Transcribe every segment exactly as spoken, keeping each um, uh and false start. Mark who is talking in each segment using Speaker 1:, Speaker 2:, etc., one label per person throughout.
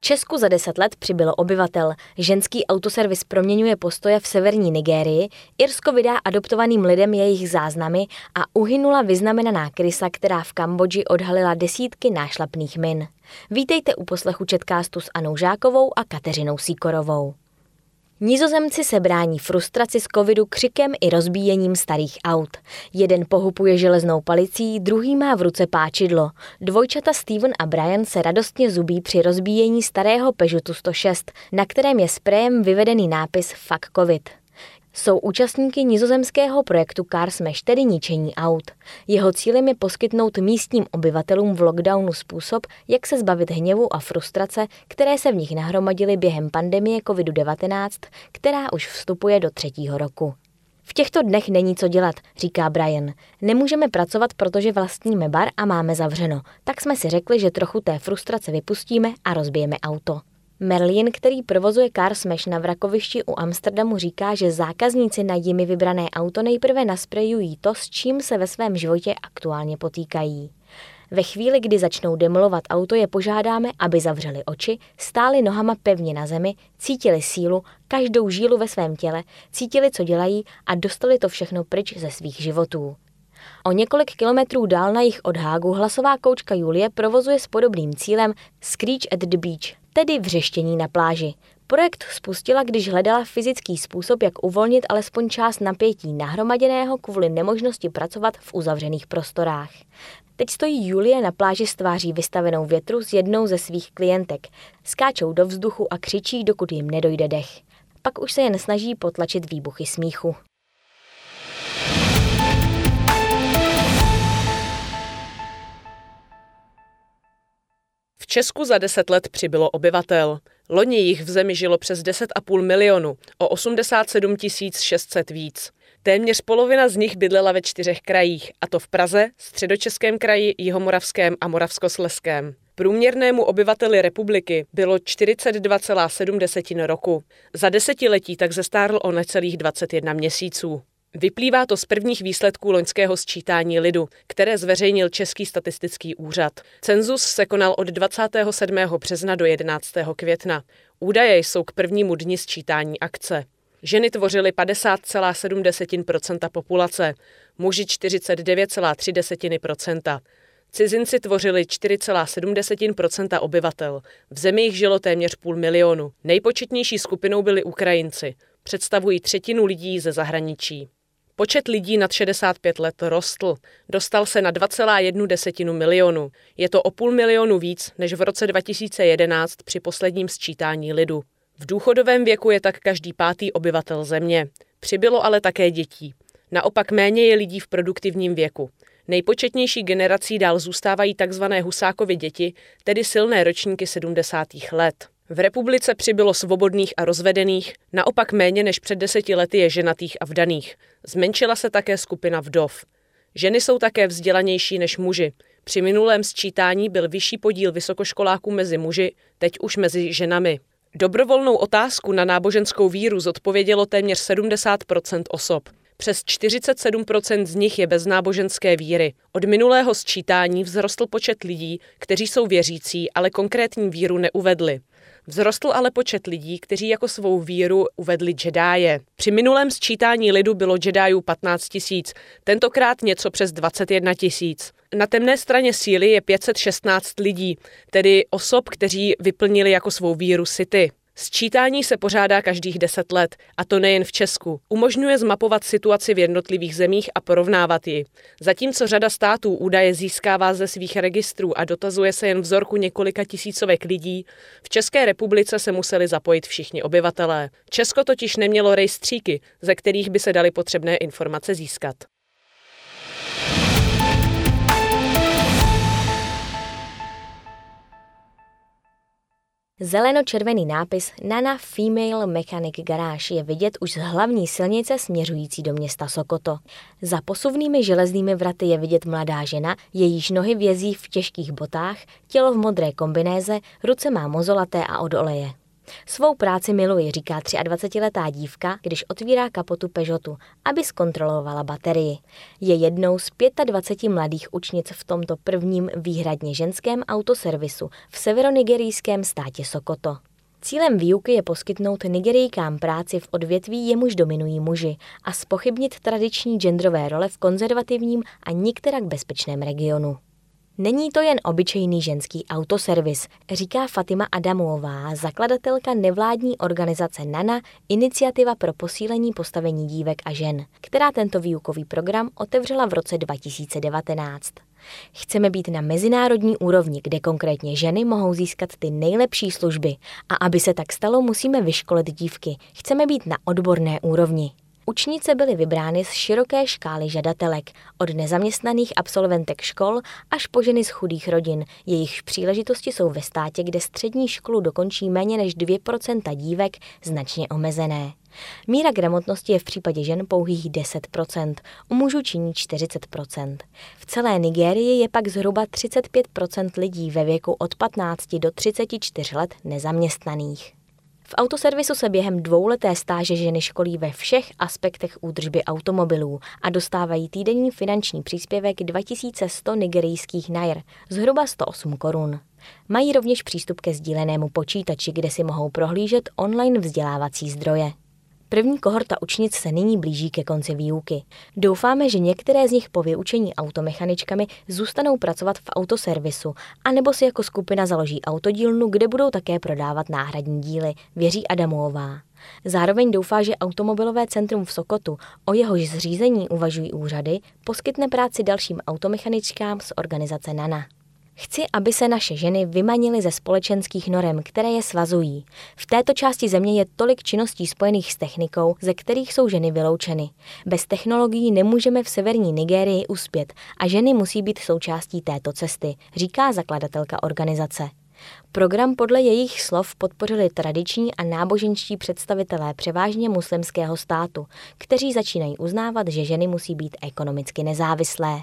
Speaker 1: Česku za deset let přibylo obyvatel, ženský autoservis proměňuje postoje v severní Nigérii, Irsko vydá adoptovaným lidem jejich záznamy a uhynula vyznamenaná krysa, která v Kambodži odhalila desítky nášlapných min. Vítejte u poslechu Četcastu s Anou Žákovou a Kateřinou Sýkorovou. Nizozemci se brání frustraci z covidu křikem i rozbíjením starých aut. Jeden pohupuje železnou palicí, druhý má v ruce páčidlo. Dvojčata Steven a Brian se radostně zubí při rozbíjení starého Peugeotu sto šest, na kterém je sprejem vyvedený nápis Fuck Covid. Jsou účastníky nizozemského projektu Car Smash, tedy ničení aut. Jeho cílem je poskytnout místním obyvatelům v lockdownu způsob, jak se zbavit hněvu a frustrace, které se v nich nahromadily během pandemie covid devatenáct, která už vstupuje do třetího roku. V těchto dnech není co dělat, říká Brian. Nemůžeme pracovat, protože vlastníme bar a máme zavřeno. Tak jsme si řekli, že trochu té frustrace vypustíme a rozbijeme auto. Merlin, který provozuje Car Smash na vrakovišti u Amsterdamu, říká, že zákazníci na jimi vybrané auto nejprve nasprejují to, s čím se ve svém životě aktuálně potýkají. Ve chvíli, kdy začnou demolovat auto, je požádáme, aby zavřeli oči, stáli nohama pevně na zemi, cítili sílu, každou žílu ve svém těle, cítili, co dělají a dostali to všechno pryč ze svých životů. O několik kilometrů dál na jih od Hágu hlasová koučka Julie provozuje s podobným cílem Screech at the Beach, tedy vřeštění na pláži. Projekt spustila, když hledala fyzický způsob, jak uvolnit alespoň část napětí nahromaděného kvůli nemožnosti pracovat v uzavřených prostorách. Teď stojí Julie na pláži s tváří vystavenou větru s jednou ze svých klientek. Skáčou do vzduchu a křičí, dokud jim nedojde dech. Pak už se jen snaží potlačit výbuchy smíchu.
Speaker 2: V Česku za deset let přibylo obyvatel. Loni jich v zemi žilo přes deset a půl milionu, o osmdesát sedm tisíc šest set víc. Téměř polovina z nich bydlela ve čtyřech krajích, a to v Praze, Středočeském kraji, Jihomoravském a Moravskoslezském. Průměrnému obyvateli republiky bylo čtyřicet dva celá sedm roku. Za desetiletí tak zestárl o necelých dvacet jedna měsíců. Vyplývá to z prvních výsledků loňského sčítání lidu, které zveřejnil Český statistický úřad. Cenzus se konal od dvacátého sedmého března do jedenáctého května. Údaje jsou k prvnímu dni sčítání akce. Ženy tvořily padesát celá sedm procenta populace, muži čtyřicet devět celá tři procenta. Cizinci tvořili čtyři celá sedm procenta obyvatel. V zemi jich žilo téměř půl milionu. Nejpočetnější skupinou byli Ukrajinci. Představují třetinu lidí ze zahraničí. Počet lidí nad šedesát pět let rostl. Dostal se na dva celá jedna milionu. Je to o půl milionu víc než v roce dva tisíce jedenáct při posledním sčítání lidu. V důchodovém věku je tak každý pátý obyvatel země. Přibylo ale také dětí. Naopak méně je lidí v produktivním věku. Nejpočetnější generací dál zůstávají tzv. Husákovy děti, tedy silné ročníky sedmdesátých let. V republice přibylo svobodných a rozvedených, naopak méně než před deseti lety je ženatých a vdaných. Zmenšila se také skupina vdov. Ženy jsou také vzdělanější než muži. Při minulém sčítání byl vyšší podíl vysokoškoláků mezi muži, teď už mezi ženami. Dobrovolnou otázku na náboženskou víru zodpovědělo téměř sedmdesát procent osob. Přes čtyřicet sedm procent z nich je bez náboženské víry. Od minulého sčítání vzrostl počet lidí, kteří jsou věřící, ale konkrétní víru neuvedli. Vzrostl ale počet lidí, kteří jako svou víru uvedli džedáje. Při minulém sčítání lidu bylo džedájů patnáct tisíc, tentokrát něco přes dvacet jedna tisíc. Na temné straně síly je pět set šestnáct lidí, tedy osob, kteří vyplnili jako svou víru Sity. Sčítání se pořádá každých deset let, a to nejen v Česku. Umožňuje zmapovat situaci v jednotlivých zemích a porovnávat ji. Zatímco řada států údaje získává ze svých registrů a dotazuje se jen vzorku několika tisícovek lidí, v České republice se museli zapojit všichni obyvatelé. Česko totiž nemělo rejstříky, ze kterých by se daly potřebné informace získat.
Speaker 1: Zeleno-červený nápis Nana Female Mechanic Garage je vidět už z hlavní silnice směřující do města Sokoto. Za posuvnými železnými vraty je vidět mladá žena, jejíž nohy vězí v těžkých botách, tělo v modré kombinéze, ruce má mozolaté a od oleje. Svou práci miluji, říká dvacetiletá dívka, když otvírá kapotu Peugeotu, aby zkontrolovala baterii. Je jednou z dvaceti pěti mladých učnic v tomto prvním výhradně ženském autoservisu v severonigerijském státě Sokoto. Cílem výuky je poskytnout Nigerijkám práci v odvětví, jemuž dominují muži, a zpochybnit tradiční genderové role v konzervativním a nikterak bezpečném regionu. Není to jen obyčejný ženský autoservis, říká Fatima Adamová, zakladatelka nevládní organizace Nana, iniciativa pro posílení postavení dívek a žen, která tento výukový program otevřela v roce dva tisíce devatenáct. Chceme být na mezinárodní úrovni, kde konkrétně ženy mohou získat ty nejlepší služby. A aby se tak stalo, musíme vyškolit dívky. Chceme být na odborné úrovni. Učnice byly vybrány z široké škály žadatelek, od nezaměstnaných absolventek škol až po ženy z chudých rodin, jejichž příležitosti jsou ve státě, kde střední školu dokončí méně než dvě procenta dívek, značně omezené. Míra gramotnosti je v případě žen pouhých deset procent, u mužů činí čtyřicet procent. V celé Nigérii je pak zhruba třicet pět procent lidí ve věku od patnácti do třiceti čtyř let nezaměstnaných. V autoservisu se během dvouleté stáže ženy školí ve všech aspektech údržby automobilů a dostávají týdenní finanční příspěvek dva tisíce sto nigerijských nair, zhruba sto osm korun. Mají rovněž přístup ke sdílenému počítači, kde si mohou prohlížet online vzdělávací zdroje. První kohorta učnic se nyní blíží ke konci výuky. Doufáme, že některé z nich po vyučení automechaničkami zůstanou pracovat v autoservisu, anebo si jako skupina založí autodílnu, kde budou také prodávat náhradní díly, věří Adamová. Zároveň doufá, že automobilové centrum v Sokotu, o jehož zřízení uvažují úřady, poskytne práci dalším automechaničkám z organizace Nana. Chci, aby se naše ženy vymanily ze společenských norem, které je svazují. V této části země je tolik činností spojených s technikou, ze kterých jsou ženy vyloučeny. Bez technologií nemůžeme v severní Nigérii uspět a ženy musí být součástí této cesty, říká zakladatelka organizace. Program podle jejich slov podpořili tradiční a náboženští představitelé převážně muslimského státu, kteří začínají uznávat, že ženy musí být ekonomicky nezávislé.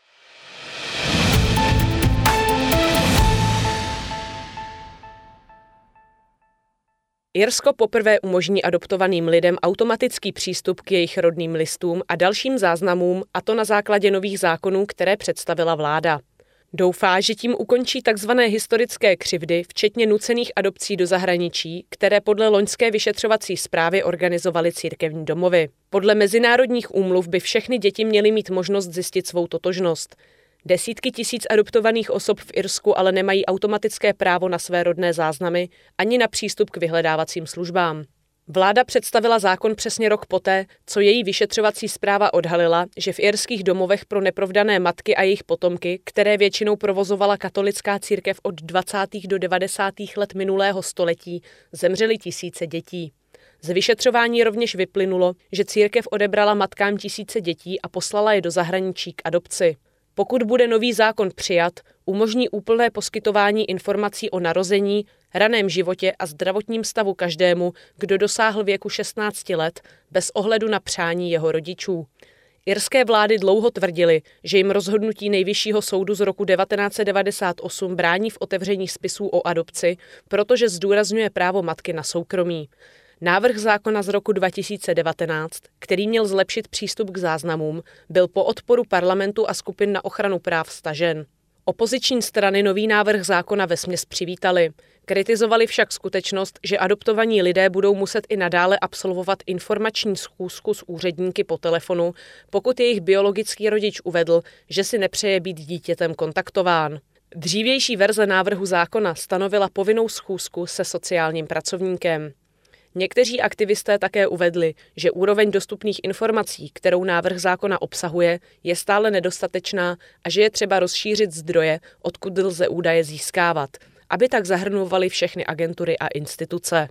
Speaker 2: Irsko poprvé umožní adoptovaným lidem automatický přístup k jejich rodným listům a dalším záznamům, a to na základě nových zákonů, které představila vláda. Doufá, že tím ukončí takzvané historické křivdy, včetně nucených adopcí do zahraničí, které podle loňské vyšetřovací zprávy organizovaly církevní domovy. Podle mezinárodních úmluv by všechny děti měly mít možnost zjistit svou totožnost. Desítky tisíc adoptovaných osob v Irsku ale nemají automatické právo na své rodné záznamy ani na přístup k vyhledávacím službám. Vláda představila zákon přesně rok poté, co její vyšetřovací zpráva odhalila, že v irských domovech pro neprovdané matky a jejich potomky, které většinou provozovala katolická církev od dvacátých do devadesátých let minulého století, zemřely tisíce dětí. Z vyšetřování rovněž vyplynulo, že církev odebrala matkám tisíce dětí a poslala je do zahraničí k adopci. Pokud bude nový zákon přijat, umožní úplné poskytování informací o narození, raném životě a zdravotním stavu každému, kdo dosáhl věku šestnácti let, bez ohledu na přání jeho rodičů. Irské vlády dlouho tvrdily, že jim rozhodnutí Nejvyššího soudu z roku devatenáct set devadesát osm brání v otevření spisů o adopci, protože zdůrazňuje právo matky na soukromí. Návrh zákona z roku dva tisíce devatenáct, který měl zlepšit přístup k záznamům, byl po odporu parlamentu a skupin na ochranu práv stažen. Opoziční strany nový návrh zákona vesměs přivítali. Kritizovali však skutečnost, že adoptovaní lidé budou muset i nadále absolvovat informační schůzku s úředníky po telefonu, pokud jejich biologický rodič uvedl, že si nepřeje být dítětem kontaktován. Dřívější verze návrhu zákona stanovila povinnou schůzku se sociálním pracovníkem. Někteří aktivisté také uvedli, že úroveň dostupných informací, kterou návrh zákona obsahuje, je stále nedostatečná a že je třeba rozšířit zdroje, odkud lze údaje získávat, aby tak zahrnovaly všechny agentury a instituce.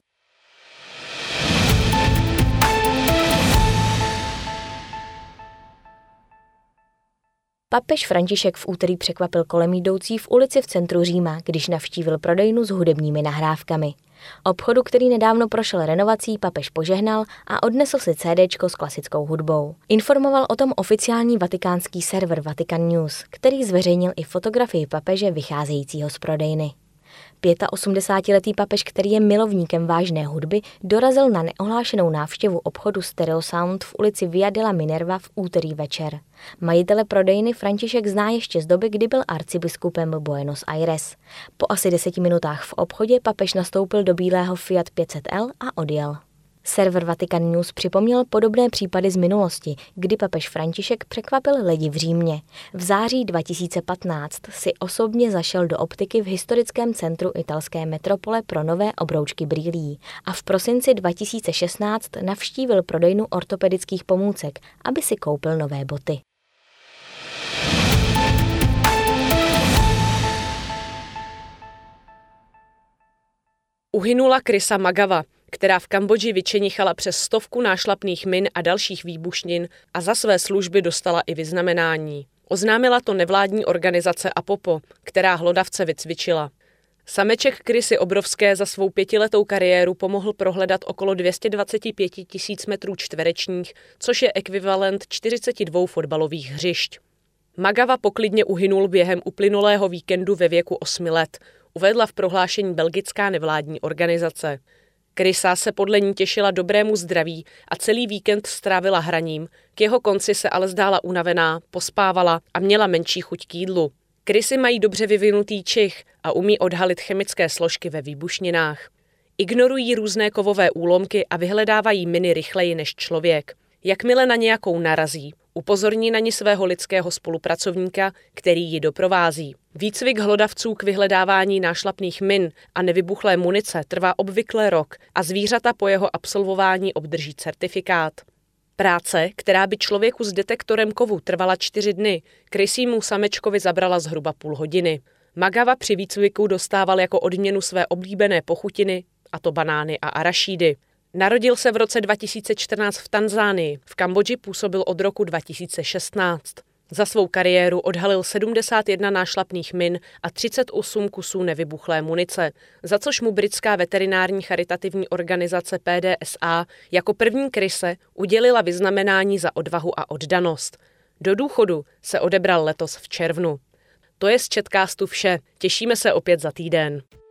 Speaker 1: Papež František v úterý překvapil kolem jdoucí v ulici v centru Říma, když navštívil prodejnu s hudebními nahrávkami. Obchodu, který nedávno prošel renovací, papež požehnal a odnesl si cédéčko s klasickou hudbou. Informoval o tom oficiální vatikánský server Vatican News, který zveřejnil i fotografii papeže vycházejícího z prodejny. osmdesátipětiletý papež, který je milovníkem vážné hudby, dorazil na neohlášenou návštěvu obchodu Stereo Sound v ulici Via della Minerva v úterý večer. Majitele prodejny František zná ještě z doby, kdy byl arcibiskupem Buenos Aires. Po asi deseti minutách v obchodě papež nastoupil do bílého Fiat pět set L a odjel. Server Vatican News připomněl podobné případy z minulosti, kdy papež František překvapil lidi v Římě. V září dva tisíce patnáct si osobně zašel do optiky v historickém centru italské metropole pro nové obroučky brýlí a v prosinci dva tisíce šestnáct navštívil prodejnu ortopedických pomůcek, aby si koupil nové boty.
Speaker 2: Uhynula Chrisa Magava, která v Kambodži vyčenichala přes stovku nášlapných min a dalších výbušnin a za své služby dostala i vyznamenání. Oznámila to nevládní organizace Apopo, která hlodavce vycvičila. Sameček Chrisy Obrovské za svou pětiletou kariéru pomohl prohledat okolo dvě stě dvacet pět tisíc metrů čtverečních, což je ekvivalent čtyřicet dva fotbalových hřišť. Magava poklidně uhynul během uplynulého víkendu ve věku osmi let, uvedla v prohlášení belgická nevládní organizace. Chrisa se podle ní těšila dobrému zdraví a celý víkend strávila hraním, k jeho konci se ale zdála unavená, pospávala a měla menší chuť k jídlu. Chrisy mají dobře vyvinutý čich a umí odhalit chemické složky ve výbušninách. Ignorují různé kovové úlomky a vyhledávají miny rychleji než člověk. Jakmile na nějakou narazí, upozorní na ní svého lidského spolupracovníka, který ji doprovází. Výcvik hlodavců k vyhledávání nášlapných min a nevybuchlé munice trvá obvykle rok a zvířata po jeho absolvování obdrží certifikát. Práce, která by člověku s detektorem kovu trvala čtyři dny, Chrisímu samečkovi zabrala zhruba půl hodiny. Magava při výcviku dostával jako odměnu své oblíbené pochutiny, a to banány a arašídy. Narodil se v roce dva tisíce čtrnáct v Tanzánii, v Kambodži působil od roku dva tisíce šestnáct. Za svou kariéru odhalil sedmdesát jedna nášlapných min a třicet osm kusů nevybuchlé munice, za což mu britská veterinární charitativní organizace P D S A jako první Chrise udělila vyznamenání za odvahu a oddanost. Do důchodu se odebral letos v červnu. To je z Chatcastu vše, těšíme se opět za týden.